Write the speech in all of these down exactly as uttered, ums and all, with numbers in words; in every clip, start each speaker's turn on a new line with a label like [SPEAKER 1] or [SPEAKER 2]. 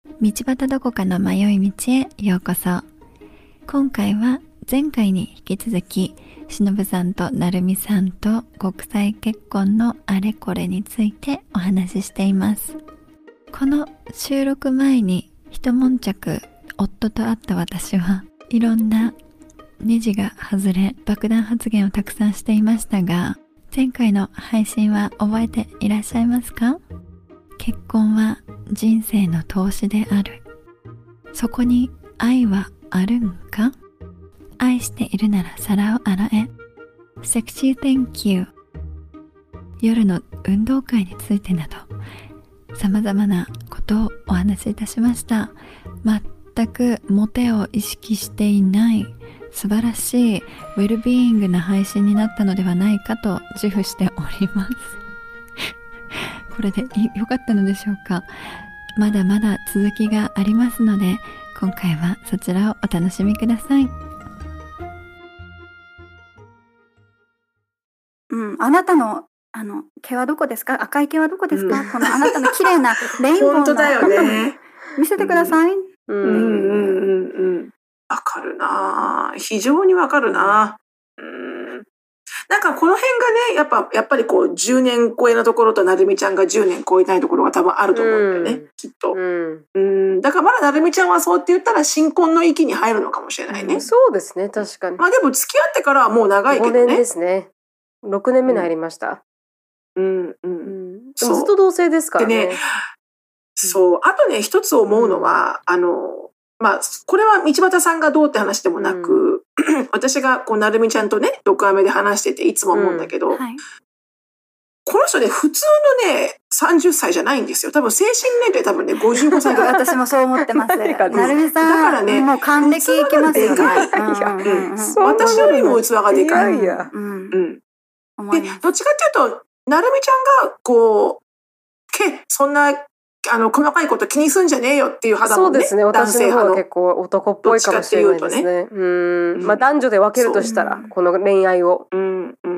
[SPEAKER 1] 道端どこかの迷い道へようこそ。今回は前回に引き続き、しのぶさんとなるみさんと国際結婚のあれこれについてお話ししています。この収録前に一悶着夫と会った私はいろんなネジが外れ爆弾発言をたくさんしていましたが、前回の配信は覚えていらっしゃいますか？結婚は人生の投資である。そこに愛はあるんか？愛しているなら皿を洗え。セクシー Thank you。 夜の運動会についてなど様々なことをお話しいたしました。全くモテを意識していない素晴らしいウェルビーイングな配信になったのではないかと自負しておりますこれで良かったのでしょうか。まだまだ続きがありますので、今回はそちらをお楽しみください。
[SPEAKER 2] うん、あなたのあの毛はどこですか？赤い毛はどこですか？うん、このあなたの綺麗なレインボーの
[SPEAKER 3] 本当だよね。
[SPEAKER 2] 見せてください。うん
[SPEAKER 3] うんうんうんうん。わかるな。非常にわかるな。うん。なんかこの辺がね、やっぱやっぱりこうじゅうねん超えのところとなるみちゃんがじゅうねん超えないところが多分あると思うんだよね、うん、きっと。うん。うんだからまだなるみちゃんはそうって言ったら新婚の域に入るのかもしれないね。うん、
[SPEAKER 4] そうですね、確かに。
[SPEAKER 3] まあでも付き合ってからはもう長いけどね。
[SPEAKER 4] ごねんですね。ろくねんめに入りました。
[SPEAKER 3] うんうん。うん、
[SPEAKER 4] でもずっと同棲ですからね。
[SPEAKER 3] でね、そう。あとね、一つ思うのは、うん、あの、まあ、これは道端さんがどうって話でもなく、うん、私がこう、なるみちゃんとね、ろくわめで話してていつも思うんだけど、うんはい、この人ね、普通のね、さんじゅっさいじゃないんですよ。多分精神年齢多分ね、ごじゅうごさいぐらい。
[SPEAKER 2] 私もそう思ってます。なるみさん。だからね、もう還暦いきますよね。
[SPEAKER 3] 私よりも器がでかい。
[SPEAKER 4] いやいや。
[SPEAKER 3] うん。で、どっちかっていうと、なるみちゃんが、こう、け、そんな、あの、細かいこと気にすんじゃねえよっていう肌もね。
[SPEAKER 4] そうですね。私の方は結構男っぽいかもしれないですね。うん。まあ男女で分けるとしたら、この恋愛を。うん。うん。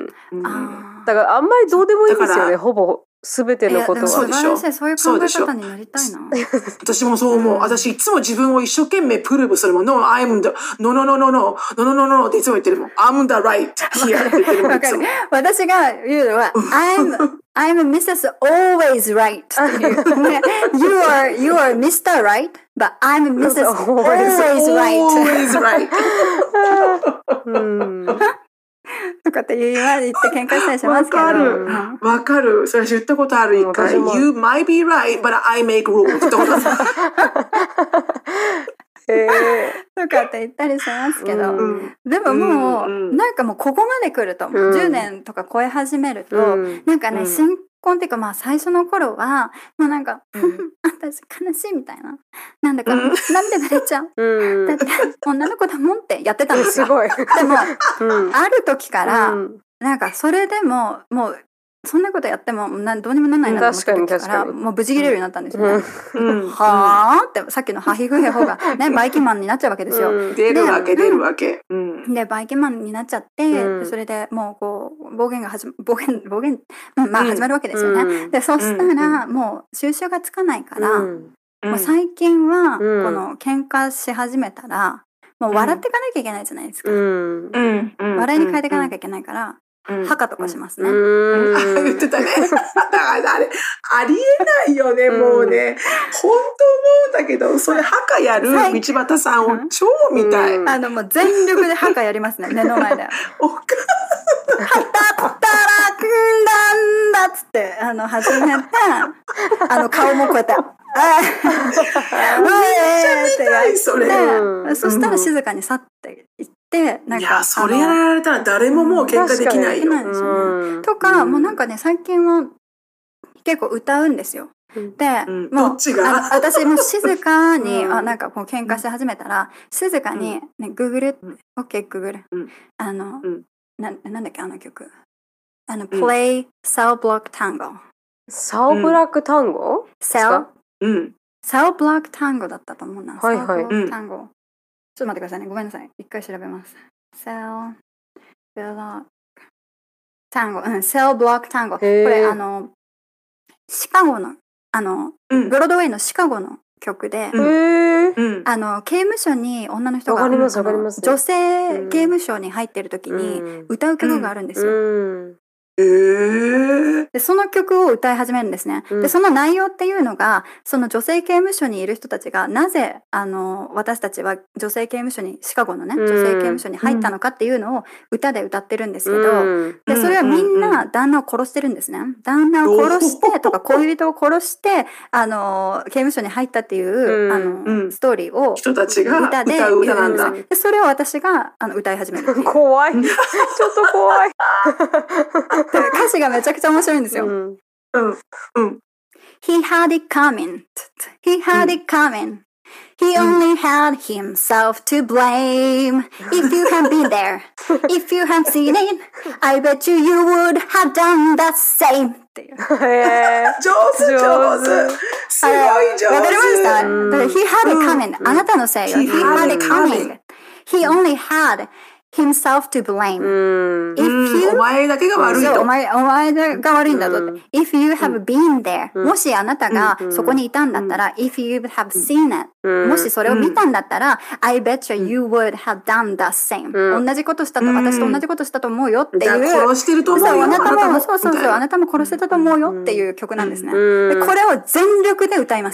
[SPEAKER 4] だからあんまりどうでもいいですよね。ほぼ全てのことは。
[SPEAKER 2] そうでしょ。そういう考え方になりたいな。
[SPEAKER 3] 私もそう思う。私いつも自分を一生懸命プルーブするもん。No, I'm the, no, no, no, no, no, no, no, no, no っていつも言ってるもん。I'm the right here って言ってるもん。
[SPEAKER 2] 私が言うのは、I'm I'm Missus Always Right っていう。You are, you are Mister Right, but I'm Missus Always Right.
[SPEAKER 3] Always Right.
[SPEAKER 2] とかって言われて喧嘩したりしますけど。
[SPEAKER 3] わかる。わかる。それ言ったことある一回。You might be right, but I make rules. ってことさ。
[SPEAKER 2] とかって言ったりしますけど、うん、でももう、うん、なんかもうここまで来ると、うん、じゅうねんとか超え始めると、うん、なんかね、うん、新婚っていうかまあ最初の頃はもうなんか、うん、私悲しいみたいな、なんだか涙が出ちゃう、うん、だって女の子だもんってやってたんですよ。すごい。でも、うん、ある時から、うん、なんかそれでももうそんなことやってもなどうにもならないなと思った時からもうブチ切れるようになったんですよね。うんうん、はぁってさっきのハヒフヘホがねバイキンマンになっちゃうわけですよ。
[SPEAKER 3] うん、出るわけ出るわけ。うん、
[SPEAKER 2] でバイキンマンになっちゃって、うん、それでもうこう暴言が始ま暴言暴言まあ始まるわけですよね。うん、でそしたらもう収拾がつかないから、うん、もう最近はこの喧嘩し始めたらもう笑っていかなきゃいけないじゃないですか。うん、笑いに変えていかなきゃいけないから。ハカとかしますね。
[SPEAKER 3] うん、言ってたね。だからあれ、ありえないよね、もうね。本当思うんだけど、それハカやる道端さんを超見たい。
[SPEAKER 2] あの、もう全力でハカやりますね、目の前で。おかはたったらくんだんだっつって、あの、始めて、あの、顔もこうやって、
[SPEAKER 3] めっちゃ見たい、それ。
[SPEAKER 2] そしたら静かに去っていって、なんか。
[SPEAKER 3] いや、それやられたら誰ももう喧嘩できないよ。
[SPEAKER 2] うん、とか、うん、もうなんかね、最近は結構歌うんですよ。で、うん、もう、
[SPEAKER 3] どっちが
[SPEAKER 2] 私も静かに、うん、あ、なんかこう喧嘩し始めたら、静かに、ね、グーグル、オッケーグーグル。あの、うん、な、なんだっけ、あの曲。あの、Play Cell Block Tango。Cell
[SPEAKER 4] Block Tango？Cell？
[SPEAKER 2] うん。Cell Block Tango だったと思うな。
[SPEAKER 4] はいはい。
[SPEAKER 2] Cell Block Tango。ちょっと待ってくださいね。ごめんなさい。一回調べます。Cell Block Tango。うん、Cell Block Tango。これ、あの、シカゴの、あの、うん、ブロードウェイのシカゴの曲で、
[SPEAKER 4] うん、へ
[SPEAKER 2] あの刑務所に女の人が女性刑務所に入ってる時に歌う曲があるんですよ。
[SPEAKER 3] うんうんえー、
[SPEAKER 2] でその曲を歌い始めるんですね、うん、でその内容っていうのがその女性刑務所にいる人たちがなぜあの私たちは女性刑務所にシカゴのね、うん、女性刑務所に入ったのかっていうのを歌で歌ってるんですけど、うん、でそれはみんな旦那を殺してるんですね。旦那を殺してとか恋人を殺してあの刑務所に入ったっていう、うん、あの、うん、ストーリーを
[SPEAKER 3] 人たちが
[SPEAKER 2] 歌で
[SPEAKER 3] 歌う歌なんだ。
[SPEAKER 2] でそれを私があの歌い始める
[SPEAKER 4] 怖いちょっと怖い
[SPEAKER 2] 歌詞がめちゃくちゃ面白いんですよ。
[SPEAKER 3] うんうんうん。
[SPEAKER 2] He had it coming. He had it coming. He only had himself to blame. If you had been there, if you had seen it, I bet you you would have done the same. っていう。
[SPEAKER 3] 上手上手。すごい上手。
[SPEAKER 2] わかりました？だから He had it coming. あなたのせいよ。He had it coming. He only had himself to blame.
[SPEAKER 3] If you, お前だけが悪いと。
[SPEAKER 2] お前、お前が悪いんだと。If you have been there. もしあなたがそこにいたんだったら、If you have seen it. もしそれを見たんだったら、I bet you you would have done the same. 同じことしたと、私と同じことしたと思うよっていう。
[SPEAKER 3] 殺してると思うよ。
[SPEAKER 2] あなたも、そうそうそう、あなたも殺してたと思うよっていう曲なんですね。でこれを全力で歌います。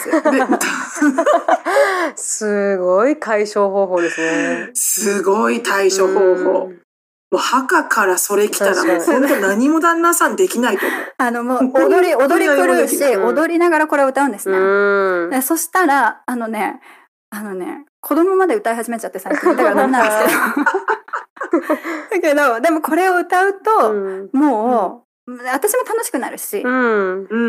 [SPEAKER 4] すごい解消方法ですね。
[SPEAKER 3] すごい対処方法。もう墓からそれ来たらもう本当何も旦那さんできないと思う。
[SPEAKER 2] あのもう踊り踊り狂うし、踊りながらこれを歌うんですね。でそしたらあのねあのね子供まで歌い始めちゃって最近だからダメなんですけど。だけどでもこれを歌うと、うん、もう、うん、私も楽しくなるし、うん、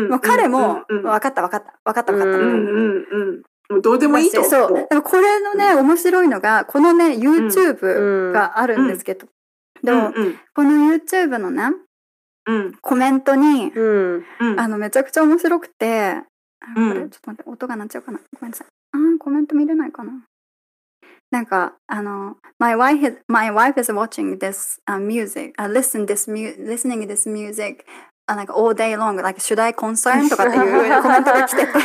[SPEAKER 2] もう彼も、うん、分かった分かった分かった分かったみたいな。
[SPEAKER 3] うんうんうん、どうでもいいと。
[SPEAKER 2] そう。でもこれのね、面白いのが、このね、YouTube があるんですけど、でも、この YouTube のね、コメントに、あの、めちゃくちゃ面白くて、これ、ちょっと待って、音が鳴っちゃうかな。ごめんなさい。あー、コメント見れないかな。なんか、あの、my wife is, my wife is watching this、uh, music, uh, listen this mu- listening this music、uh, like all day long, like should I concern? とかっていうコメントが来てて。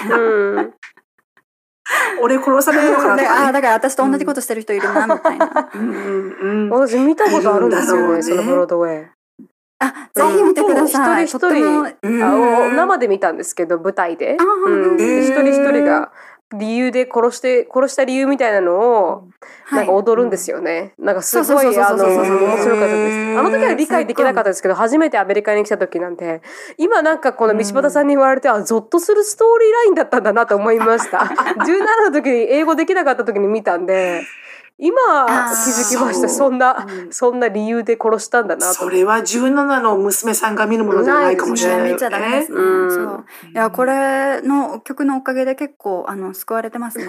[SPEAKER 3] 俺殺されるのかなとか、ね、
[SPEAKER 2] あだから私と同じことしてる人いるな、みたいな。
[SPEAKER 4] うんうんうん、私見たことあるんですよね、ねそのブロードウェイ。
[SPEAKER 2] あ、ぜひ見てください。
[SPEAKER 4] 一人一人、あ生で見たんですけど、舞台で。うん、一人一人が理由で殺して、殺した理由みたいなのを、なんか踊るんですよね。なんかすごい、あの、面白かったです。あの時は理解できなかったですけど、初めてアメリカに来た時なんて、今なんかこの道端さんに言われて、あ、ゾッとするストーリーラインだったんだなと思いました。じゅうななの時に英語できなかった時に見たんで、今気づきました。そんな、そんな理由で殺したんだなと。
[SPEAKER 3] それはじゅうななの娘さんが見るものじゃないかもしれないよね。見ちゃダメですね。
[SPEAKER 2] そう。いや、これの曲のおかげで結構、あの、救われてますね。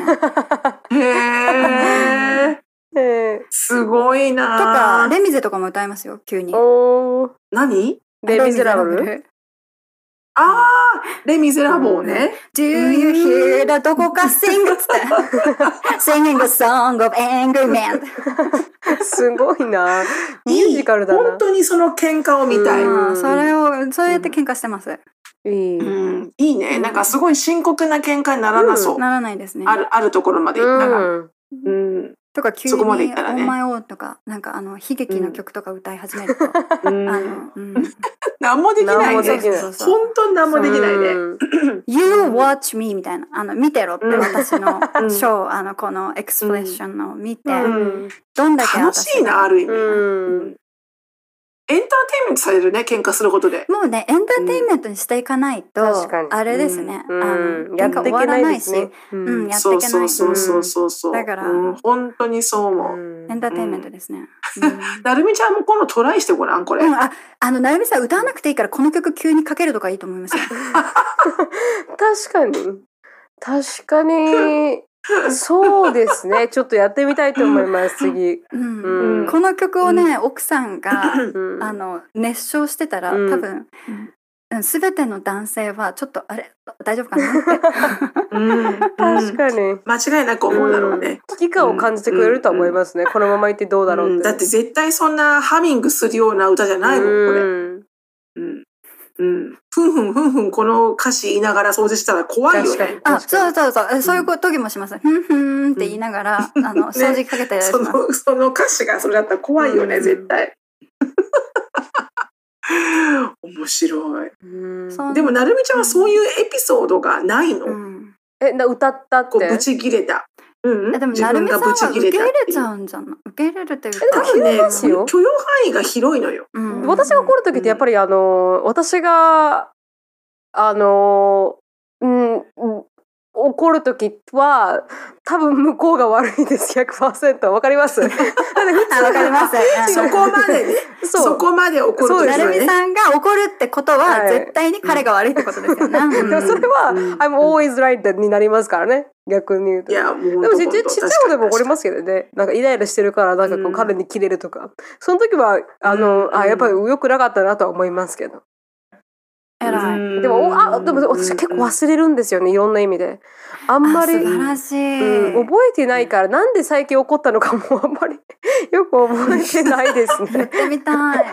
[SPEAKER 3] へー。すごいな。
[SPEAKER 2] とか、レミゼとかも歌いますよ、急に。
[SPEAKER 3] お何？
[SPEAKER 4] レミゼラブル？
[SPEAKER 3] ああ、レ・ミゼラボーね。
[SPEAKER 2] Do you hear the どこか sing つって。Singing a song of angry man.
[SPEAKER 4] すごいな。ミュージカルだな。
[SPEAKER 3] 本当にその喧嘩を見たい。
[SPEAKER 2] うん、それを、そうやって喧嘩してます。
[SPEAKER 3] いい、うん、いいね。なんかすごい深刻な喧嘩にならなそう。
[SPEAKER 2] うん、ならないですね。
[SPEAKER 3] ある、あるところまで行ったら。うん。うん
[SPEAKER 2] とか急に「オーマイオー」とかなんかあの悲劇の曲とか歌い始めると、うん、あの、うん、
[SPEAKER 3] 何もできないね。本当に何もできないね。
[SPEAKER 2] You watch me みたいなあの見てろって私のショーあのこのエクスプレッションを見て、うん、どんだけ
[SPEAKER 3] 楽しいなある意味。うんエンターテインメントされるね、喧嘩することで。
[SPEAKER 2] もうね、エンターテインメントにしていかないと、うん、あれですね。うん、あの
[SPEAKER 4] やっていけないですね。
[SPEAKER 2] うん、やっていけない。
[SPEAKER 3] そうそうそうそうそう。
[SPEAKER 2] だから、
[SPEAKER 3] うん、本当にそう思う。
[SPEAKER 2] エンターテインメントですね。
[SPEAKER 3] なるみちゃんも今度トライしてごらん、これ。
[SPEAKER 2] うん、あ、あの、なるみさん歌わなくていいから、この曲急にかけるとかいいと思いますよ。
[SPEAKER 4] 確かに。確かに。そうですね。ちょっとやってみたいと思います、次。
[SPEAKER 2] うんうん、この曲をね、うん、奥さんが、うん、あの熱唱してたら、うん、多分、うん、全ての男性はちょっとあれ大丈夫かなって。
[SPEAKER 3] うん、
[SPEAKER 4] 確かに
[SPEAKER 3] 間違いなく思うだろうね。
[SPEAKER 4] 危機感を感じてくれると思いますね。このままいってどうだろうって。
[SPEAKER 3] うん、だって絶対そんなハミングするような歌じゃないもん、これ。うんうん。ふんふんふんふんこの歌詞言いながら掃除したら怖いよね。
[SPEAKER 2] あ、そうそうそう。そういう時もします。ふんふんって言いながら、あの、掃除機かけたりします。
[SPEAKER 3] その、その歌詞がそれだったら怖いよね、絶対。面白い。でも、なるみちゃんはそういうエピソードがないの？
[SPEAKER 4] え、な歌ったって？
[SPEAKER 3] こう、ぶち切れた。うん、
[SPEAKER 2] でも、なるみさんは受け入れちゃうんじゃない？受け入れるというか。
[SPEAKER 3] 多分ね、許容範囲が広いのよ。
[SPEAKER 4] 私が怒るときってやっぱりあの、私が、あの、うん、怒るときは、多分向こうが悪いです、ひゃくパーセント。わかります？だって普
[SPEAKER 2] 通わかります。
[SPEAKER 3] そこまでね。そこまで怒るときはね。
[SPEAKER 2] なるみさんが怒るってことは、絶対に彼が悪いってことですよね。
[SPEAKER 4] でもそれは、I'm always right になりますからね。逆に言うと。
[SPEAKER 3] いや、もう
[SPEAKER 4] でもちっちゃいことでも怒りますけどね。なんかイライラしてるから、なんかこう彼にキレるとか。その時は、あの、あ、やっぱり良くなかったなとは思いますけど。
[SPEAKER 2] 偉い。
[SPEAKER 4] でも、あ、でも私結構忘れるんですよね、いろんな意味で。あんまり、
[SPEAKER 2] 素晴らしい、
[SPEAKER 4] うん、覚えてないから、なんで最近怒ったのかもあんまりよく覚えてないですね。
[SPEAKER 2] 言ってみたい。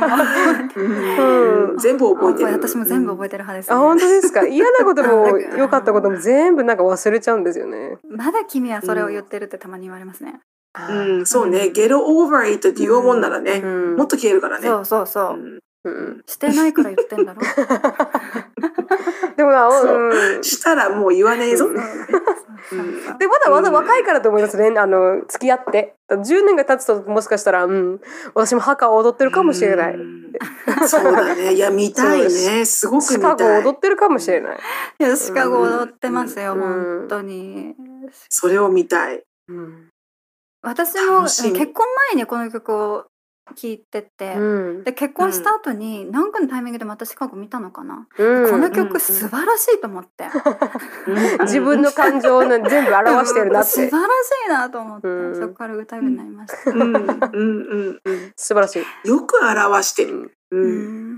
[SPEAKER 3] うんうん、全部覚えてる。
[SPEAKER 2] 私も全部覚えてる派です、ね。
[SPEAKER 4] あ、本当ですか？嫌なことも良かったことも全部なんか忘れちゃうんですよね。
[SPEAKER 2] まだ君はそれを言ってるってたまに言われますね。
[SPEAKER 3] うん、そうね。get over it って言うもんならね、もっと消えるからね。
[SPEAKER 2] そうそうそう。うん、してないから言ってんだろ。
[SPEAKER 4] でもな、
[SPEAKER 3] うん、したらもう言わねえぞ。
[SPEAKER 4] でまだまだ若いからと思いますね。あの付き合ってじゅうねんが経つともしかしたら、うん、私も墓を踊ってるかもしれない。
[SPEAKER 3] そうだね。いや見たいね。すごく見たい。
[SPEAKER 4] シカゴ踊ってるかもしれない。
[SPEAKER 2] いやシカゴ踊ってますよ、うん、本当に。
[SPEAKER 3] それを見たい。
[SPEAKER 2] うん、私も結婚前にこの曲を聞いてて、うん、で結婚した後に何かのタイミングでまたシカゴ見たのかな、うん、この曲素晴らしいと思って、
[SPEAKER 4] うん、自分の感情を全部表してるなって
[SPEAKER 2] 素晴らしいなと思って、うん、そこから歌うようになりました、
[SPEAKER 3] うんうんうんうん、
[SPEAKER 4] 素晴らしい。
[SPEAKER 3] よく表してる、
[SPEAKER 2] うんうん、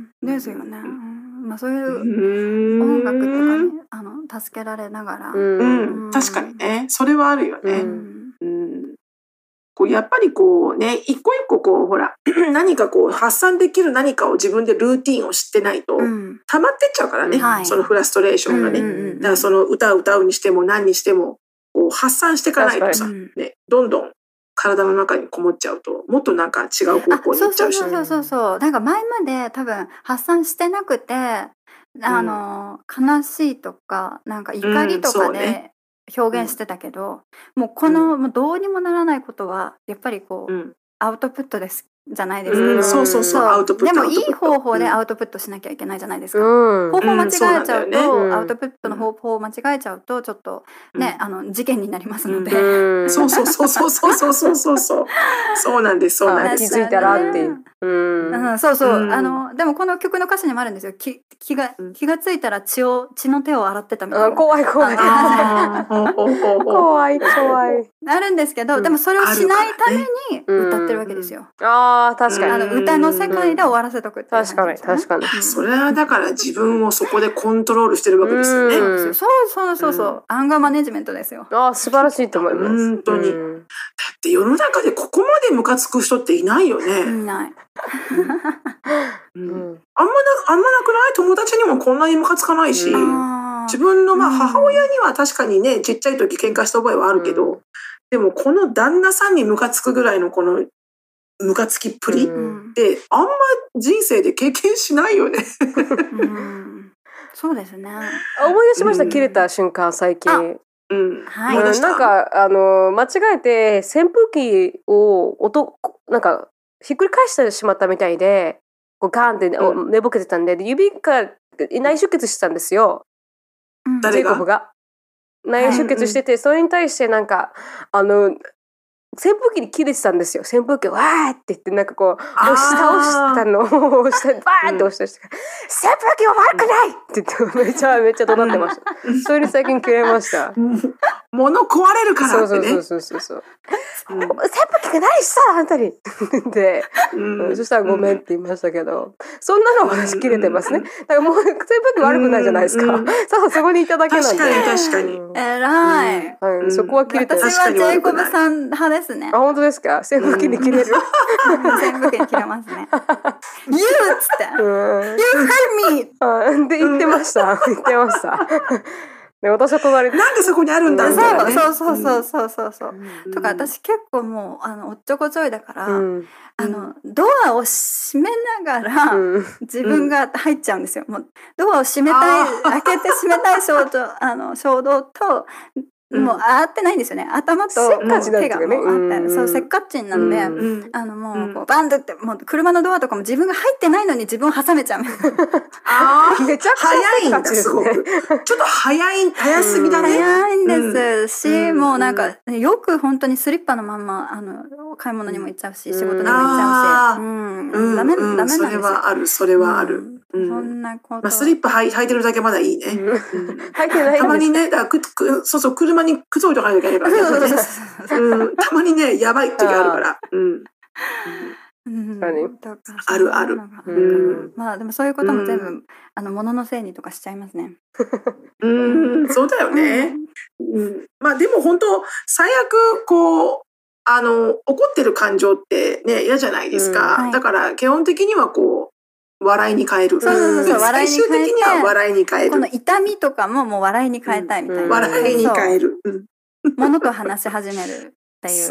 [SPEAKER 2] ですよね、まあ、そういう音楽とかね、あの助けられながら、
[SPEAKER 3] うんうん、確かにねそれはあるよね、うんうんこうやっぱりこうね一個一個こうほら何かこう発散できる何かを自分でルーティンを知ってないと、うん、溜まってっちゃうからね、はい、そのフラストレーションがね、うんうんうん、だからその歌を歌うにしても何にしてもこう発散していかないとさ、ね、どんどん体の中にこもっちゃうともっとなんか違う方向に行っちゃうし、
[SPEAKER 2] そうそうそうそうなんか前まで多分発散してなくてあの、うん、悲しいとかなんか怒りとかで、うんね表現してたけど、うん、もうこの、うん、もうどうにもならないことはやっぱりこう、うん、アウトプットですじゃないですけど、
[SPEAKER 3] うん、そうそうそうアウトプット
[SPEAKER 2] でもいい方法でアウトプットしなきゃいけないじゃないですか、うん、方法間違えちゃうと、うん、アウトプットの方法を間違えちゃうとちょっとね、うん、あの事件になりますので、
[SPEAKER 3] うん、そうそうそうそうそうそうそうそうそうそうなんですそうなんです、
[SPEAKER 4] 気づいたらっていう、うん
[SPEAKER 2] うん、そうそう、うん、あのでもこの曲の歌詞にもあるんですよ。気気が気がついたら血を血の手を洗ってたみたいな。
[SPEAKER 4] 怖い怖い怖い怖い。
[SPEAKER 2] あるんですけど、うん、でもそれをしないために歌ってるわけですよ。
[SPEAKER 4] うん、ああ確かに。
[SPEAKER 2] あの歌の世界で終わらせとくっていう、ね、
[SPEAKER 4] 確かに確かに。
[SPEAKER 3] それはだから自分をそこでコントロールしてるわけですよね。
[SPEAKER 2] うん、そうそうそうそう、うん、アンガーマネジメントですよ。
[SPEAKER 4] ああ素晴らしいと思います。
[SPEAKER 3] 本当に。うん、だって世の中でここまでムカつく人っていないよね。
[SPEAKER 2] いない。
[SPEAKER 3] うん、あんまなあんまなくない友達にもこんなにムカつかないし、うん、自分のまあ母親には確かにねちっちゃい時喧嘩した覚えはあるけど、うん、でもこの旦那さんにムカつくぐらいのこのムカつきっぷりってあんま人生で経験しないよね、
[SPEAKER 2] うん、そうですね。
[SPEAKER 4] 思い出しました、うん、切れた瞬間最近。
[SPEAKER 3] うん
[SPEAKER 4] はい、なんかあの間違えて扇風機を音なんかひっくり返してしまったみたいでこうガーンって、うん、寝ぼけてたんで指が内出血してたんですよ、
[SPEAKER 3] うん、誰が
[SPEAKER 4] ジェイコブが内出血してて、はい、それに対してなんかあの扇風機に切れてたんですよ。扇風機をわーって言ってなんかこう押し倒したのを押してバーって押し倒して、うん、扇風機は悪くないって言ってめちゃめちゃ怒鳴ってました。それに最近切れました。
[SPEAKER 3] 物壊れるからってね。
[SPEAKER 4] そうそうそうそうそう。うん、扇風機が何したあんたにで、うん、そしたらごめんって言いましたけど、そんなの私切れてますね。だからもう扇風機悪くないじゃないですか。うん、そうそこにいただけなんで。
[SPEAKER 3] 確かに確かに。
[SPEAKER 2] 偉い、
[SPEAKER 4] うんはい。そこは切れてます。
[SPEAKER 2] 私はジェイコブさん派ですね。
[SPEAKER 4] あ、本当ですか？扇風機に切れる。
[SPEAKER 2] 扇風機に切れますね。You っつって。You hurt me
[SPEAKER 4] って言ってました。言ってました。で、私は隣で。
[SPEAKER 3] なんでそこにあるんだみたいなね。
[SPEAKER 2] そうそうそうそうそうそう。うん、とか私結構もうあのおっちょこちょいだから、うん、あのドアを閉めながら、うん、自分が入っちゃうんですよ。もうドアを閉めたい、開けて閉めたい衝動あの衝動と。もう合ってないんですよね。頭と手がもうあって、そうせっかちんなんで、あのもうこうバンドってもう車のドアとかも自分が入ってないのに自分を挟めちゃう。
[SPEAKER 3] ああ、めちゃくちゃ早いんだすごく。ちょっと早い早すぎだね。
[SPEAKER 2] 早いんですし、もうなんかよく本当にスリッパのまんまあの買い物にも行っちゃうし、仕事にも行っちゃうし、うん、ダメダメなんですよ。
[SPEAKER 3] それはある、それはある。
[SPEAKER 2] そんなこと。
[SPEAKER 3] まあスリッパ履いてるだけまだいいね。
[SPEAKER 4] 履いてない。
[SPEAKER 3] たまにね、だくくそうそう車に靴置いとかないといけないからね。たまにねやばい時あるから。あるある。
[SPEAKER 2] まあでもそういうことも全部あの物のせいにとかしちゃいますね。
[SPEAKER 3] うん、そうだよね。まあでも本当最悪こうあの怒ってる感情ってね嫌じゃないですか。だから基本的にはこう。笑いに変える。
[SPEAKER 2] そうそうそう、
[SPEAKER 3] 最終的には笑いに変える。
[SPEAKER 2] この痛みとかももう笑いに変えたいみたいな。
[SPEAKER 3] 笑いに変える。
[SPEAKER 2] ものと話し始めるっていう。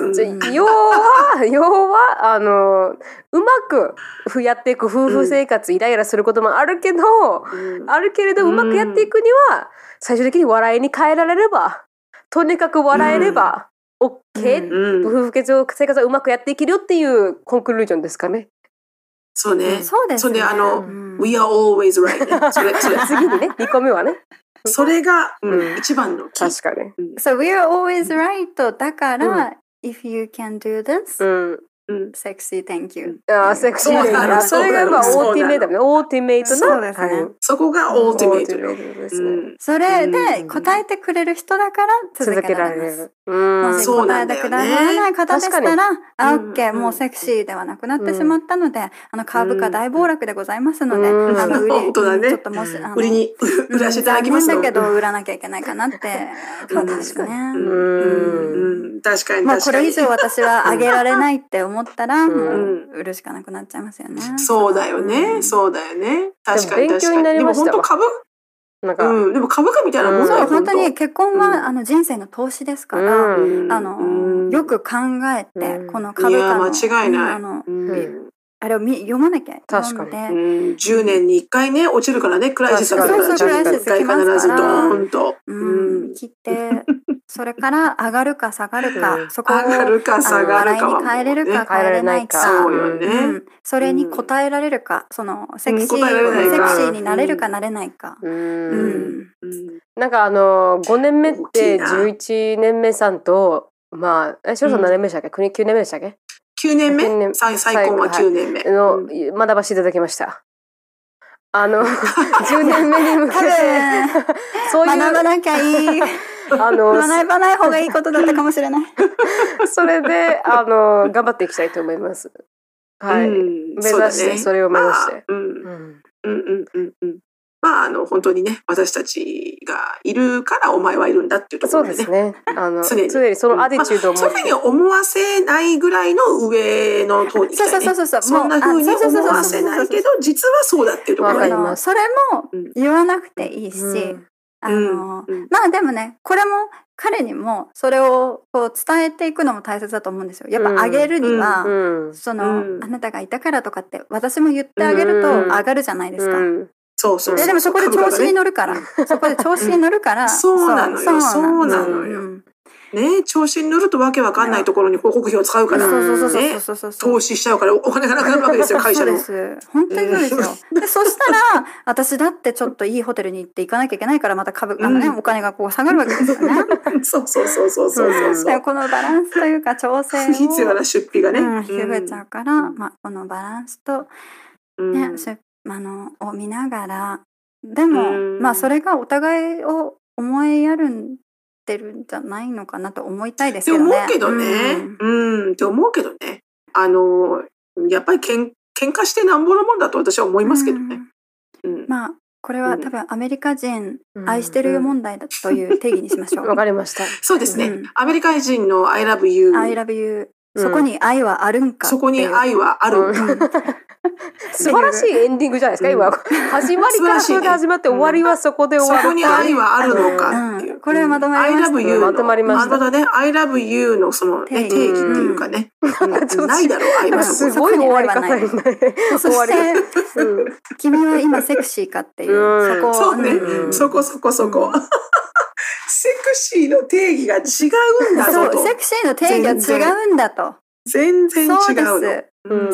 [SPEAKER 4] 要は、要は、あの、うまくやっていく夫婦生活、イライラすることもあるけど、あるけれど、うまくやっていくには、最終的に笑いに変えられれば、とにかく笑えれば、OK、夫婦生活はうまくやっていけるよっていうコンクルージョンですかね。
[SPEAKER 3] そうね。
[SPEAKER 2] そうですね。
[SPEAKER 3] それであの、うん、We are always right ね。それ、それ。
[SPEAKER 4] 次にね、にこめはね。
[SPEAKER 3] それが、うん、一番の。
[SPEAKER 4] 確かに。
[SPEAKER 2] So we are always right だから、うん、if you can do this, うんうん、sexy, thank you.
[SPEAKER 4] ああ、セクシーだ。それがまあオーティメイトね。オーティメイトな。
[SPEAKER 2] そうですね。
[SPEAKER 3] そこがオーティメイト
[SPEAKER 2] ですね。それで答えてくれる人だから続けられる。もし答えてくださらない方でしたら、あ、オッケー、もうセクシーではなくなってしまったので、あの株価大暴落でございますので、あの売り、ちょっともし
[SPEAKER 3] 売りに売らせていただきます
[SPEAKER 2] だけど売らなきゃいけないかなって感じですね。
[SPEAKER 3] 確かに。
[SPEAKER 2] まあこれ以上私は上げられないって思ったら、もう売るしかなくなっちゃいますよね。
[SPEAKER 3] そうだよね。そうだよね。確かに
[SPEAKER 4] 確かに。でも本当
[SPEAKER 3] 株、なんか、うん、でも株価みたいなもんだよ。
[SPEAKER 2] そう、本当に結婚はあの人生の投資ですから、あのよく考えてこの株価の
[SPEAKER 3] 間違いない。
[SPEAKER 2] あのあれを読まなきゃ。
[SPEAKER 4] 確か
[SPEAKER 3] に。じゅうねんにいっかいね落ちるからね、クライシスが来るからじゅうねんにいっかい必ずドーンと。
[SPEAKER 2] 切ってそれから上がるか下がるか、そこを
[SPEAKER 3] 上がるか下がるか
[SPEAKER 2] に変えれるか変えれないか、
[SPEAKER 3] そうよね。
[SPEAKER 2] それに応えられるか、そのセクシーセクシーになれるかなれないか。
[SPEAKER 4] なんかあのごねんめってじゅういちねんめさんと、まあ、しろさん何年目でしたっけ？きゅうねんめでしたっけ？
[SPEAKER 3] きゅうねんめ、再婚はきゅうねんめ
[SPEAKER 4] の学ばせていただきました。あのじゅうねんめに向けて
[SPEAKER 2] そういう学ばなきゃいい。あの学ばない方がいいことだったかもしれない。
[SPEAKER 4] それであの頑張っていきたいと思います。はい。目指してそれを目指して。うんうん
[SPEAKER 3] うんうんうん。まああの本当にね私たちがいるからお前はいるんだっていうところでね。
[SPEAKER 4] そうですね。あの常に常にそのアティチュードを持って、
[SPEAKER 3] そういうふうに思わせないぐらいの上の通りに来たね。
[SPEAKER 2] そうそうそうそう。
[SPEAKER 3] そんなふうに思わせないけど実はそうだっていうところ
[SPEAKER 2] で。それも言わなくていいし。あの、うん、まあでもねこれも彼にもそれをこう伝えていくのも大切だと思うんですよ。やっぱ上げるには、うん、その、うん、あなたがいたからとかって私も言ってあげると上がるじゃないですか。
[SPEAKER 3] そうそうそう。
[SPEAKER 2] でもそこで調子に乗るから、そこで調子に乗るから、
[SPEAKER 3] そうなのよ。そうなのよ。ね、調子に乗るとわけわかんないところに広告費を使うから、ね、投資しちゃうからお金がなくなるわけですよ、会社の。
[SPEAKER 2] そうです。本当にそうですよ。で、そしたら、私だってちょっといいホテルに行って行かなきゃいけないから、また株、あのね、お金がこう下がるわけですよね。
[SPEAKER 3] そうそうそうそうそうそう。
[SPEAKER 2] このバランスというか調整を。
[SPEAKER 3] 必要な出費がね。
[SPEAKER 2] 増えちゃうから、まあ、このバランスと、ね、あの、を見ながら、でも、まあ、それがお互いを思いやるんてるんじゃないのかなと思いたいですけどね。
[SPEAKER 3] って思うけどね。うん、うん、って思うけどね。あのやっぱりけん喧嘩してなんぼのもんだと私は思いますけどね。
[SPEAKER 2] うんうん、まあこれは多分アメリカ人愛してるよ問題だという定義にしましょう。
[SPEAKER 4] わかりました。
[SPEAKER 3] そうですね。アメリカ人の I love you。
[SPEAKER 2] I love you。そこに愛はあるんか。
[SPEAKER 3] そこに愛はあるんか。
[SPEAKER 4] 素晴らしいエンディングじゃないですか、今。始まりからそれで始まって終わりはそこで終わる。
[SPEAKER 3] そこに愛はあるのかっていう。
[SPEAKER 2] これまとまりました。
[SPEAKER 3] I love you の
[SPEAKER 4] まとまりました。
[SPEAKER 3] またね、I love you のその定義っていうかね。ないだろう、愛は。
[SPEAKER 4] すごい終わり方になる。
[SPEAKER 2] そして、君は今セクシーかっていう。そこ。
[SPEAKER 3] そうね。そこそこそこ。セクシーの定義が違うんだぞと。
[SPEAKER 2] そう、セクシーの定義は違うんだと。
[SPEAKER 3] 全然違うの。
[SPEAKER 2] そうです。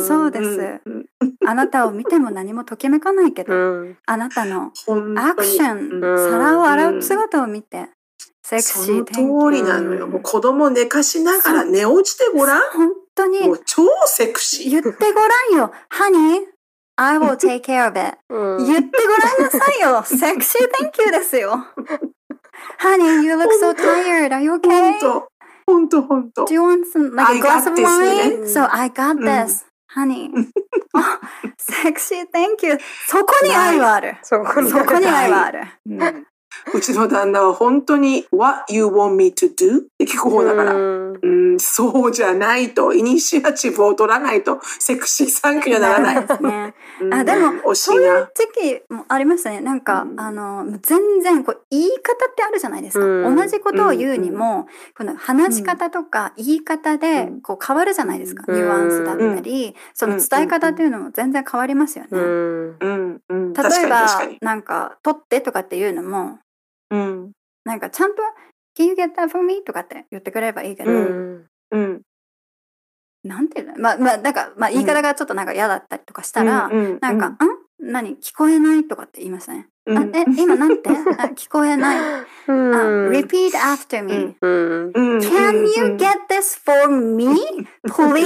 [SPEAKER 2] そうです。あなたを見ても何もときめかないけど、あなたのアクション、皿を洗う姿を見て、セクシー。
[SPEAKER 3] その通りなのよ。もう子供寝かしながら寝落ちてごらん。
[SPEAKER 2] 本当に。
[SPEAKER 3] もう超セクシー。
[SPEAKER 2] 言ってごらんよ。Honey, I will take care of it. 言ってごらんなさいよ。セクシー thank you ですよ。Honey, you look so tired. Are you okay?
[SPEAKER 3] ほんとほんと。
[SPEAKER 2] Do you want some, like a glass of wine? So I got this, honey. セクシー thank you. そこに愛はある。そこに愛はある。
[SPEAKER 3] うちの旦那は本当に What you want me to do? って聞く方だから、うん、そうじゃないと、イニシアチブを取らないとセクシーサンキューにはならない。
[SPEAKER 2] ですね。あ、でもそういう時期もありましたね。なんか、うん、あの全然こう言い方ってあるじゃないですか。うん、同じことを言うにも、うん、この話し方とか言い方でこう変わるじゃないですか。うん、ニュアンスだったり、うん、その伝え方っていうのも全然変わりますよね。
[SPEAKER 3] うんうん、
[SPEAKER 2] 例えばなんか取ってとかっていうのも。うん、なんかちゃんと「Can you get that for me?」とかって言ってくれればいいけど、うんうん、なんていうの、まあまあなんか、まあ、言い方がちょっとなんか嫌だったりとかしたら、うん、なんか「ん何聞こえない?」とかって言いましたね。うん、あえ今なんてあ聞こえない。うん、Repeat after me、うん。Can you get this for me? Please?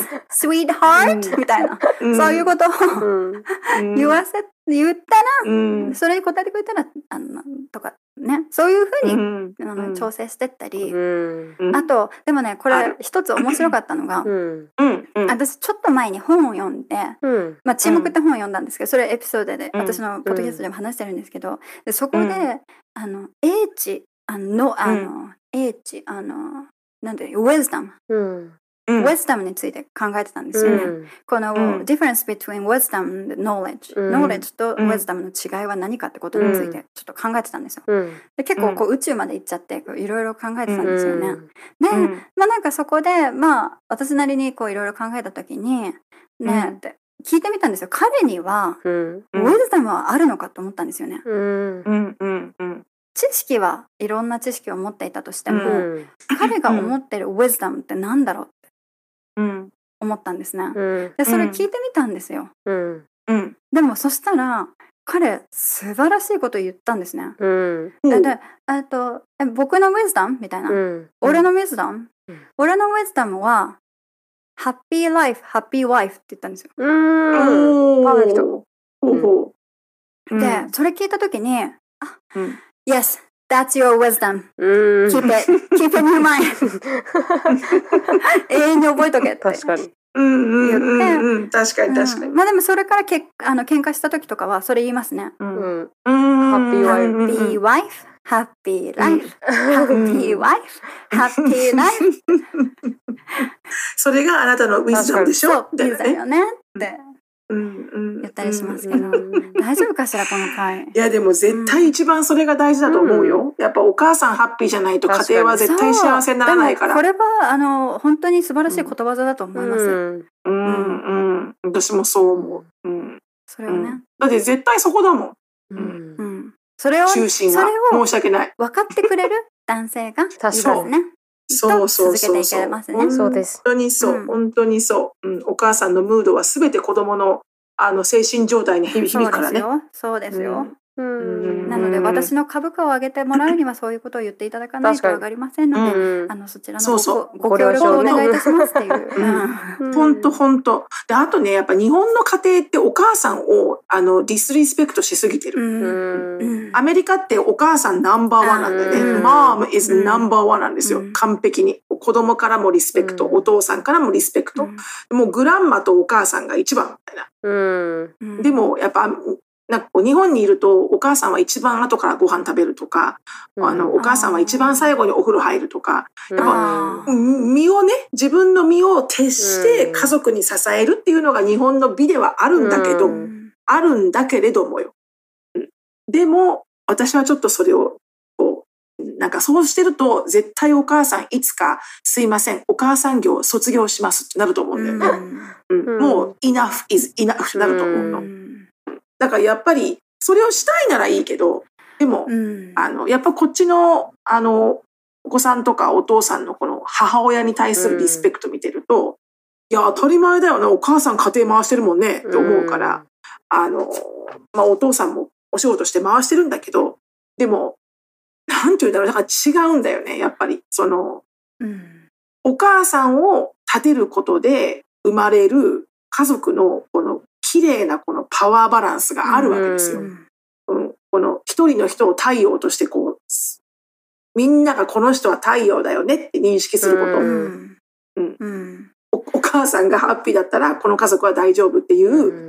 [SPEAKER 2] Sweetheart? みたいな、うん、そういうことを、うん、言わせ言ったら、うん、それに答えてくれたらあのとかね、そういうふうに、うん、あの調整してったり、うん、あとでもねこれ一つ面白かったのが、うんうん、私ちょっと前に本を読んで、うんまあ、沈黙って本を読んだんですけど、それエピソードで、うん、私のポッドキャストでも話してるんですけど、でそこで、うん、あの英知あのあの、うん、英知あのなんていうウィズダム、うんウィズダムについて考えてたんですよね。うん、この、うん、difference between wisdom and knowledge、うん、knowledge と wisdom の違いは何かってことについてちょっと考えてたんですよ。うん、で結構こう宇宙まで行っちゃっていろいろ考えてたんですよね。うん、で、うん、まあなんかそこでまあ私なりにこういろいろ考えた時にね、うん、って聞いてみたんですよ。彼には、うん、ウィズダムはあるのかと思ったんですよね。うんうんうんうん知識はいろんな知識を持っていたとしても、うん、彼が思ってるウィズダムって何だろううん、思ったんですね、うん、でそれ聞いてみたんですよ、うんうん、でもそしたら彼素晴らしいことを言ったんですね、うん、で, でえっとえ僕のウィズダムみたいな、うん、俺のウィズダム、うん、俺のウィズダムはハッピーライフハッピーワイフって言ったんですよ。う
[SPEAKER 4] ーんパーフェクト、
[SPEAKER 2] うん、でそれ聞いた時にあ、うん、Yes That's your wisdom. Keep it. Keep it in your mind. 永遠に覚えとけって。
[SPEAKER 4] 確かに。
[SPEAKER 3] うんうんうんうん。確かに確かに。
[SPEAKER 2] まあでもそれからけあの喧嘩した時とかはそれ言いますね。うん。
[SPEAKER 4] うん。ハッピ
[SPEAKER 2] ーワイフ。ハッピーライフ。ハッピーワイフ。ハッピーライフ。
[SPEAKER 3] それがあなたのウィズダムでしょ。
[SPEAKER 2] そう、ウィズダムよねって。言ったりしますけど、大丈夫かしらこの回。
[SPEAKER 3] いやでも絶対一番それが大事だと思うよ、うん、やっぱお母さんハッピーじゃないと家庭は絶対幸せにならないから。
[SPEAKER 2] これはあの本当に素晴らしいことわざだと思います。うん
[SPEAKER 3] うん、うん、私もそう思う、うん、
[SPEAKER 2] それをね、うん、
[SPEAKER 3] だって絶対そこだもん、
[SPEAKER 2] うんうん、それを
[SPEAKER 3] 中心が申し訳ない
[SPEAKER 2] 分かってくれる男性がいますね。
[SPEAKER 3] そうそうそう
[SPEAKER 2] そう。
[SPEAKER 4] そうです。
[SPEAKER 3] 本当にそう、うん、本当にそう、うん。お母さんのムードはすべて子供のあの精神状態に響くからね。
[SPEAKER 2] そうですよ。うん、なので私の株価を上げてもらうにはそういうことを言っていただかないと上がりませんので、うん、あのそちらの ご, そうそうご協力をお願いいたしますっていう。
[SPEAKER 3] 本当本当。であとねやっぱ日本の家庭ってお母さんをあのディスリスペクトしすぎてる。うん、アメリカってお母さんナンバーワンなんでね。Mom is number one なんですよ。完璧に子供からもリスペクト、お父さんからもリスペクト。もうグランマとお母さんが一番みたいな。うん、でもやっぱなんかこう日本にいるとお母さんは一番後からご飯食べるとか、うん、あのお母さんは一番最後にお風呂入るとか、やっぱ身をね、自分の身を徹して家族に支えるっていうのが日本の美ではあるんだけど、うん、あるんだけれどもよ。でも私はちょっとそれをこうなんかそうしてると絶対お母さんいつかすいませんお母さん業卒業しますってなると思うんだよね。うんうん、もう enough is enough ってなると思うの。うんだからやっぱりそれをしたいならいいけど、でも、うん、あのやっぱこっちのあのお子さんとかお父さんのこの母親に対するリスペクト見てると、うん、いや当たり前だよねお母さん家庭回してるもんねって思うから、うん、あのまあお父さんもお仕事して回してるんだけど、でもなんていうんだろうだから違うんだよねやっぱりその、うん、お母さんを立てることで生まれる家族のこの綺麗なこのパワーバランスがあるわけですよ。うんうん、この一人の人を太陽としてこうみんながこの人は太陽だよねって認識すること、うんうんうん、お, お母さんがハッピーだったらこの家族は大丈夫っていう、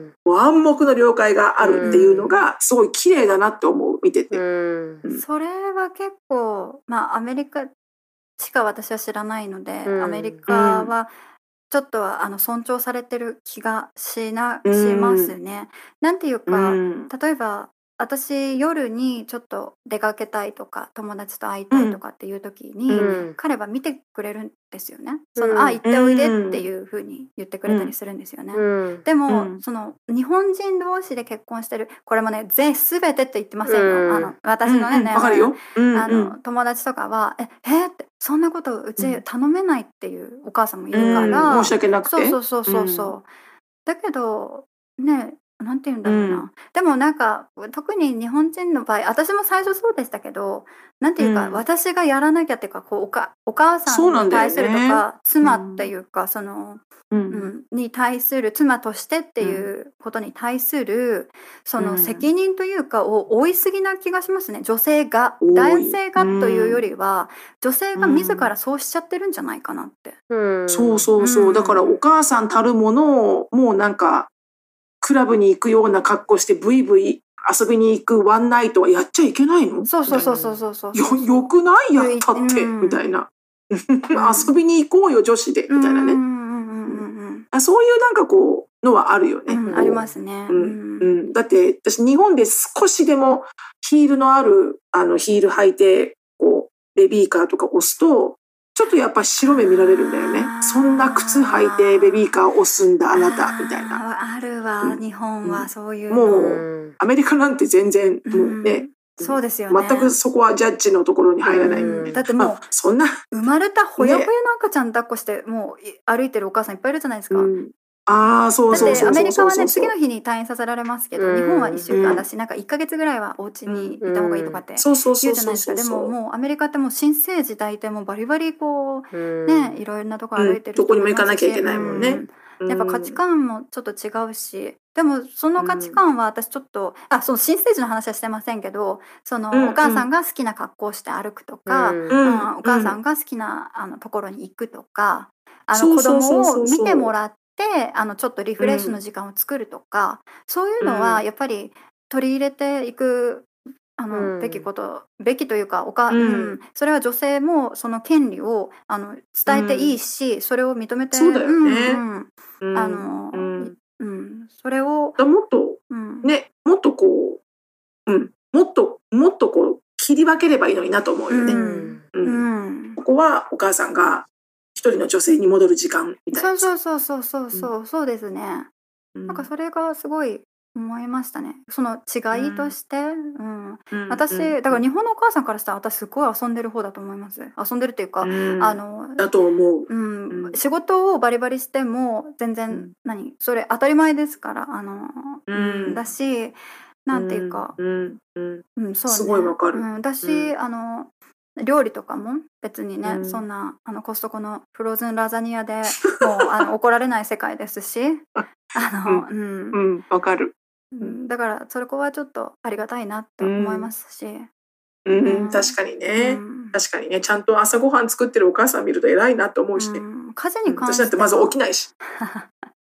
[SPEAKER 3] うん、暗黙の了解があるっていうのがすごい綺麗だなって思う見てて、うん
[SPEAKER 2] うん、それは結構まあアメリカしか私は知らないので、うん、アメリカはちょっとはあの尊重されてる気がしな、しますね。うん、なんていうか、うん、例えば私夜にちょっと出かけたいとか友達と会いたいとかっていう時に、うん、彼は見てくれるんですよね。その、うん、あ行っておいでっていう風に言ってくれたりするんですよね。うん、でも、うん、その日本人同士で結婚してるこれもね全全てって言ってませんよ。うん、あの私のね、うん、
[SPEAKER 3] わかるよ。
[SPEAKER 2] あの友達とかはええってそんなことうち頼めないっていうお母さんもいるから、
[SPEAKER 3] うん、申し訳なくて
[SPEAKER 2] そうそうそうそうそう、うん、だけどねなんて言うんだろうな、うん、でもなんか特に日本人の場合私も最初そうでしたけどなんていうか、うん、私がやらなきゃっていうかこう お, かお母さんに対するとか、ね、妻っていうか、うん、その、うんうん、に対する妻としてっていうことに対するその責任というかを負いすぎな気がしますね。女性が男性がというよりは、女性が自らそうしちゃってるんじゃないかなって、
[SPEAKER 3] うん、そうそうそう、だからお母さんたるものをもうなんかクラブに行くような格好してブイブイ遊びに行くワンナイトはやっちゃいけないの？
[SPEAKER 2] そうそうそうそうそうそう
[SPEAKER 3] よ、よくないやったって、うん、みたいな遊びに行こうよ女子でみたいなね、うんうんうん、そういうなんかこうのはあるよね、
[SPEAKER 2] うん、ありますね、
[SPEAKER 3] うんうん、だって私日本で少しでもヒールのあるあのヒール履いてこうベビーカーとか押すとちょっとやっぱ白目見られるんだよね。そんな靴履いてベビーカー押すんだあなたみたいな。
[SPEAKER 2] あるわ、うん、日本はそういうの。
[SPEAKER 3] もうアメリカなんて全然もうね、
[SPEAKER 2] うん、そうですよね。
[SPEAKER 3] 全くそこはジャッジのところに入らない、
[SPEAKER 2] うん、だってもう、まあ、
[SPEAKER 3] そんな
[SPEAKER 2] 生まれたほやほやの赤ちゃん抱っこしてもう歩いてるお母さんいっぱいいるじゃないですか。うん、
[SPEAKER 3] ああそうそうそうそうそう。
[SPEAKER 2] だってアメリカはね次の日に退院させられますけど、うん、日本はいっしゅうかんだしなんかいっかげつぐらいはお家にいた方がいいとかって言うじゃないですか。でももうアメリカってもう新生児抱いてもバリバリこう、うん、ねいろいろなところ歩いてる人
[SPEAKER 3] もいますし、うん、どこにも行かなきゃいけないもんね。
[SPEAKER 2] うん、やっぱ価値観もちょっと違うし、でもその価値観は私ちょっと、うん、あその新生児の話はしてませんけど、その、うん、お母さんが好きな格好をして歩くとか、うんうん、お母さんが好きなあのところに行くとか、あの子供を見てもらってであのちょっとリフレッシュの時間を作るとか、うん、そういうのはやっぱり取り入れていくあの、うん、べきことべきというかおか、うんうん、それは女性もその権利をあの伝えていいし、うん、それを認めて
[SPEAKER 3] そうだよね、
[SPEAKER 2] うんうん、あの、うんうん、それを
[SPEAKER 3] だもっと、うん、ねもっとこう、うん、もっともっとこう切り分ければいいのになと思うよね、うんうんうん、ここはお母さんが一人の女性に戻る時間みたいな。
[SPEAKER 2] そうそうそうそうそう、うん、そうですね、うん、なんかそれがすごい思いましたね。その違いとして、うんうん、私だから日本のお母さんからしたら私すごい遊んでる方だと思います。遊んでるっていうか、うん、あの
[SPEAKER 3] だと思う、
[SPEAKER 2] うんうん、仕事をバリバリしても全然、うん、何それ当たり前ですからあの、うん、だしなんていうか、うんうんうん、そうね、
[SPEAKER 3] すごいわかる、
[SPEAKER 2] うん、だし、うん、あの料理とかも別にね、うん、そんなあのコストコのフローズンラザニアでもうあの怒られない世界ですしあのうん
[SPEAKER 3] うん、わかる、
[SPEAKER 2] うん、だからそこはちょっとありがたいなって思いますし、
[SPEAKER 3] うんうんうん、確かにね、うん、確かにねちゃんと朝ごはん作ってるお母さん見ると偉いなと思うしね、うん、
[SPEAKER 2] 家事に関して
[SPEAKER 3] 私だってまず起きないし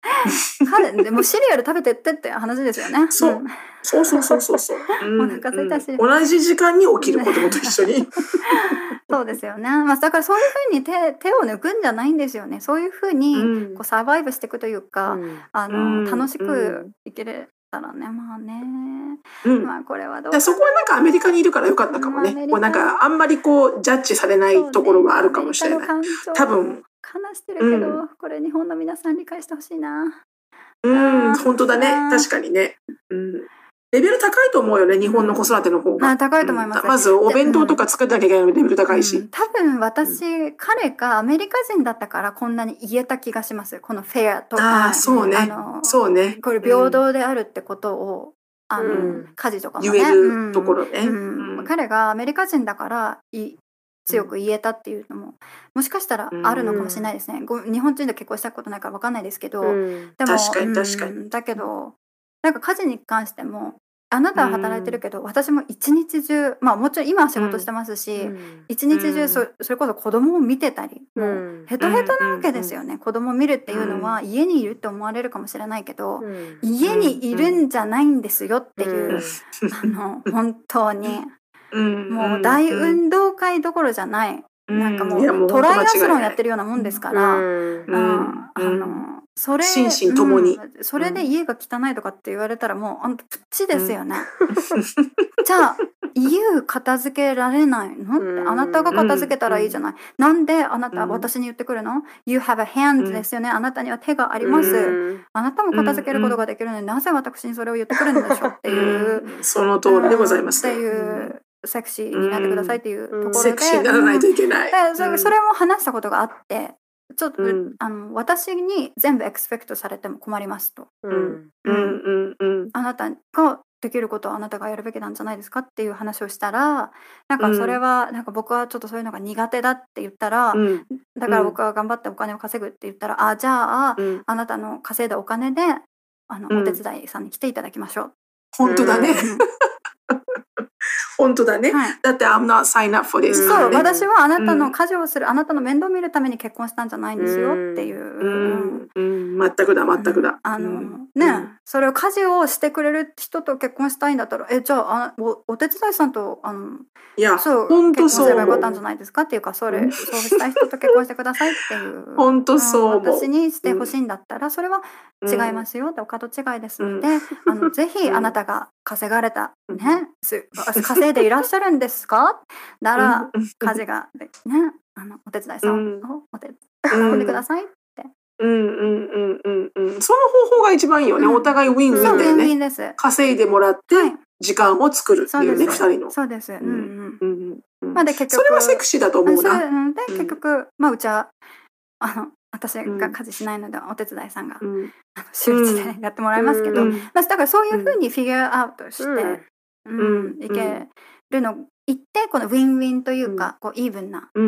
[SPEAKER 2] 彼でもシリアル食べてってって話ですよね。
[SPEAKER 3] そう、うん、そうそうそうそうそう。
[SPEAKER 2] お腹空いたし、うん、
[SPEAKER 3] 同じ時間に起きる子供と一緒に。
[SPEAKER 2] そうですよね。まあだからそういうふうに手手を抜くんじゃないんですよね。そういうふうにこうサバイブしていくというか、うん、あの、うん、楽しくいけれたらね、まあね。うん、まあこれはどうかな。
[SPEAKER 3] そこはなんかアメリカにいるからよかったかもね。こうなんかあんまりこうジャッジされないところがあるかもしれない。ね、多分。
[SPEAKER 2] 話してるけど、うん、これ日本の皆さん理解してほしいな。
[SPEAKER 3] うん、本当だね。確かにね。うん。レベル高いと思うよね、日本の子育ての方が。
[SPEAKER 2] あ、高いと思います。
[SPEAKER 3] まずお弁当とか作らなきゃいけないのレベル高いし。うん、
[SPEAKER 2] 多分私、うん、彼がアメリカ人だったからこんなに言えた気がします。このフェアとか。
[SPEAKER 3] あ、そうね。あのそうね。
[SPEAKER 2] これ平等であるってことを、うん、あの、うん、家事とかもね。
[SPEAKER 3] 言えるところね。
[SPEAKER 2] うんうん、彼がアメリカ人だからい強く言えたっていうのももしかしたらあるのかもしれないですね。うん、日本人で結婚したことないから分かんないですけど、うん、でも
[SPEAKER 3] 確かに確かに、
[SPEAKER 2] うん、だけどなんか家事に関してもあなたは働いてるけど、うん、私も一日中まあもちろん今は仕事してますし、うん、一日中 そ, それこそ子供を見てたり、うん、もうヘトヘトなわけですよね、うん、子供を見るっていうのは家にいるって思われるかもしれないけど、うん、家にいるんじゃないんですよっていう、うん、あの本当に。もう大運動会どころじゃない、うん、なんかもうトライアスロンやってるようなもんですから、うんうん、あのそれ
[SPEAKER 3] 心身ともに、
[SPEAKER 2] うん、それで家が汚いとかって言われたらもうあんたプッチですよね、うん、じゃあ家片付けられないのって、あなたが片付けたらいいじゃない、うん、なんであなた私に言ってくるの、You have a hand ですよね、あなたには手があります、うん、あなたも片付けることができるのになぜ私にそれを言ってくるんでしょうっていう、
[SPEAKER 3] うん、その通りでございます、
[SPEAKER 2] ね、っていうセクシーになってくださいっていうところで、うん、
[SPEAKER 3] セクシーにならないといけない、
[SPEAKER 2] うん、そ, それも話したことがあってちょっと、うん、あの私に全部エクスペクトされても困りますと、
[SPEAKER 3] うんうんうん、
[SPEAKER 2] あなたができることをあなたがやるべきなんじゃないですかっていう話をしたら、なんかそれは、うん、なんか僕はちょっとそういうのが苦手だって言ったら、うん、だから僕は頑張ってお金を稼ぐって言ったら、うん、あじゃあ、うん、あなたの稼いだお金であの、うん、お手伝いさんに来ていただきましょう。
[SPEAKER 3] 本当だね、うん本当だね、はい、だって I'm not sign up for this、ね、
[SPEAKER 2] そう、私はあなたの家事をする、うん、あなたの面倒を見るために結婚したんじゃないんですよっていう、
[SPEAKER 3] うんうんうん、全くだ全くだ、うん、
[SPEAKER 2] あの、うん、ね、うん、それを家事をしてくれる人と結婚したいんだったらえじゃあ、あ お, お手伝いさんとあの
[SPEAKER 3] いや
[SPEAKER 2] そう
[SPEAKER 3] 本当そう
[SPEAKER 2] 結婚すればよかったんじゃないですかっていうか、それ、うん、そうしたい人と結婚してくださいっていう
[SPEAKER 3] 本当そう、
[SPEAKER 2] うん、私にしてほしいんだったら、それは違いますよって、お門違いですので、うん、あのぜひあなたが稼がれた、うん、ね稼いでいらっしゃるんですかなら家事がねあのお手伝いさんをお手伝いしてくださいって、
[SPEAKER 3] うんうんうんうんうん、その方法が一番いいよね、うん、お互いウィンウィンだよね、ウィンウィンです。稼いでもらって時間を作るっていうね、二人の。
[SPEAKER 2] そうです、うんうんうんうん、まあで結局
[SPEAKER 3] それはセクシーだと思うな。
[SPEAKER 2] で結局まあうちはあの私が家事しないのでお手伝いさんが、うん、あの週一でやってもらいますけど、うん、まあ、だからそういうふうにフィギュアアウトして、うんうん、いけるの言ってこのウィンウィンというか、うん、こうイーブンな、うん、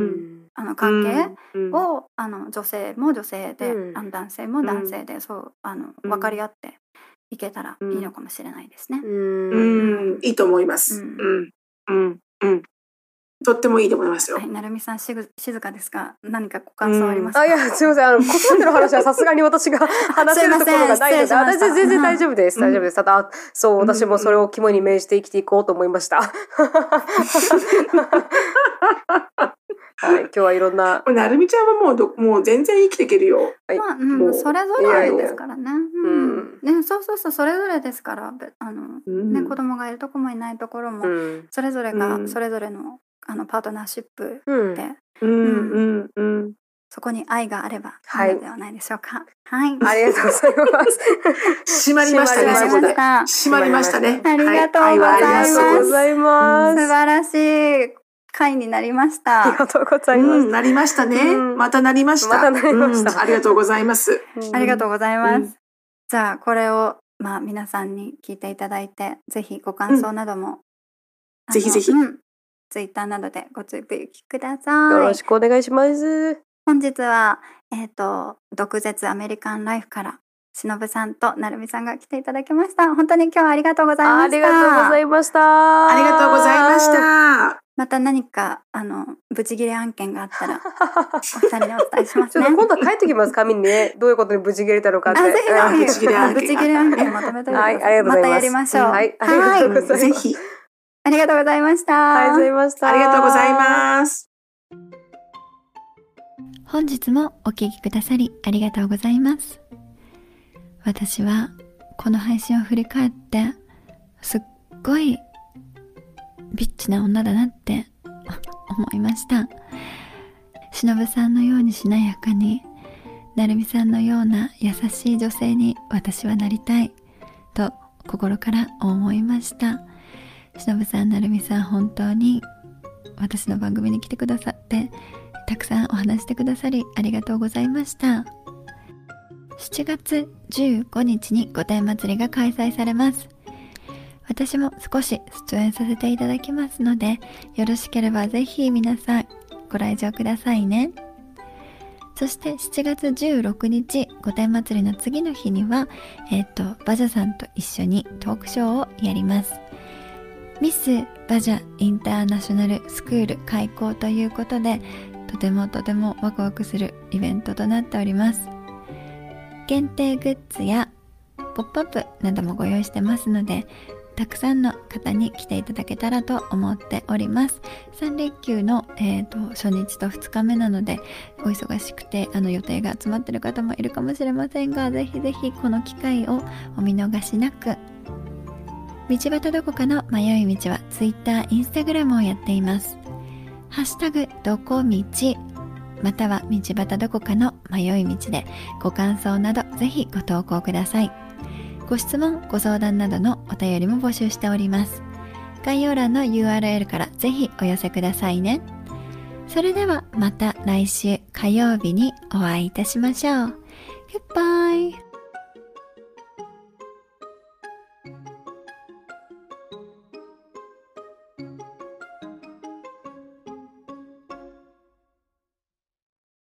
[SPEAKER 2] あの関係を、うん、あの女性も女性で、うん、あの男性も男性で、そうあの分かり合っていけたらいいのかもしれないですね。
[SPEAKER 3] うん、うん、いいと思います。うんうんうんとってもいいと思いますよ。
[SPEAKER 2] はい、なるみさんしぐ静かですが何かご感想ありますか？
[SPEAKER 4] うん、あいやすみません、あの子育ての話はさすがに私が話せるところがないので私全然大丈夫です、うん、大丈夫です。ただそう私もそれを肝に銘じて生きていこうと思いました。はい、今日はいろんな。
[SPEAKER 3] なるみちゃんはもうどもう全然生きていけるよ。
[SPEAKER 2] はい、まあ、うん、それぞれですからね。うん、ね、そうそうそう、それぞれですから、あの、うん、ね、子供がいるとこもいないところも、うん、それぞれが、それぞれの、あのパートナーシップで、
[SPEAKER 3] うん、うんうん、
[SPEAKER 2] そこに愛があればいいのではないでしょうか。はい、
[SPEAKER 4] ありがとうございます。
[SPEAKER 3] 閉まりましたね、そこで。閉まりましたね。
[SPEAKER 2] ありがとうございます。素晴らしい回になりました。
[SPEAKER 4] ありがとうございます。
[SPEAKER 3] なりましたね。またなりました。
[SPEAKER 4] またなりました。
[SPEAKER 3] ありがとうございます。
[SPEAKER 2] ありがとうございます。じゃあこれをまあ皆さんに聞いていただいて、ぜひご感想なども
[SPEAKER 3] ぜひぜひ。
[SPEAKER 2] ツイッターなどでごつぶやきください。
[SPEAKER 4] よろしくお願いします。
[SPEAKER 2] 本日は、えっと、毒舌アメリカンライフからしのぶさんとなるみさんが来ていただきました。本当に今日はありがとうございました。
[SPEAKER 4] ありがとうございました。
[SPEAKER 3] ありがとうございました。
[SPEAKER 2] また何かあのブチギレ案件があったらお二人にお伝えしますね。
[SPEAKER 4] ちょっと今度は書いてきます紙にね、どういうことにブチギレたのかって。
[SPEAKER 2] あ、ぜひぜひ
[SPEAKER 3] ブチギレ案件
[SPEAKER 2] ブチギレ案件まとめておいてください。
[SPEAKER 4] はい、ありがとうございます。
[SPEAKER 2] またやりましょう。
[SPEAKER 4] はい、ありがとうございます。
[SPEAKER 3] ぜひ。
[SPEAKER 2] ありがとうございました。
[SPEAKER 4] ありがとうございました。
[SPEAKER 3] ありがとうございます。
[SPEAKER 1] 本日もお聞きくださりありがとうございます。私はこの配信を振り返ってすっごいビッチな女だなって思いました。しのぶさんのようにしなやかに、なるみさんのような優しい女性に私はなりたいと心から思いました。しのぶさん、なるみさん、本当に私の番組に来てくださってたくさんお話してくださりありがとうございました。しちがつじゅうごにちに御殿祭りが開催されます。私も少し出演させていただきますので、よろしければぜひ皆さんご来場くださいね。そしてしちがつじゅうろくにち御殿祭りの次の日には、えっとバジャさんと一緒にトークショーをやります。ミスバジャインターナショナルスクール開校ということで、とてもとてもワクワクするイベントとなっております。限定グッズやポップアップなどもご用意してますので、たくさんの方に来ていただけたらと思っております。さん連休の、えーと、初日とふつかめなので、お忙しくてあの予定が集まっている方もいるかもしれませんが、ぜひぜひこの機会をお見逃しなく。道端どこかの迷い道は Twitter、Instagram をやっています。ハッシュタグどこみちまたは道端どこかの迷い道でご感想などぜひご投稿ください。ご質問、ご相談などのお便りも募集しております。概要欄の ユーアールエル からぜひお寄せくださいね。それではまた来週火曜日にお会いいたしましょう。Goodbye!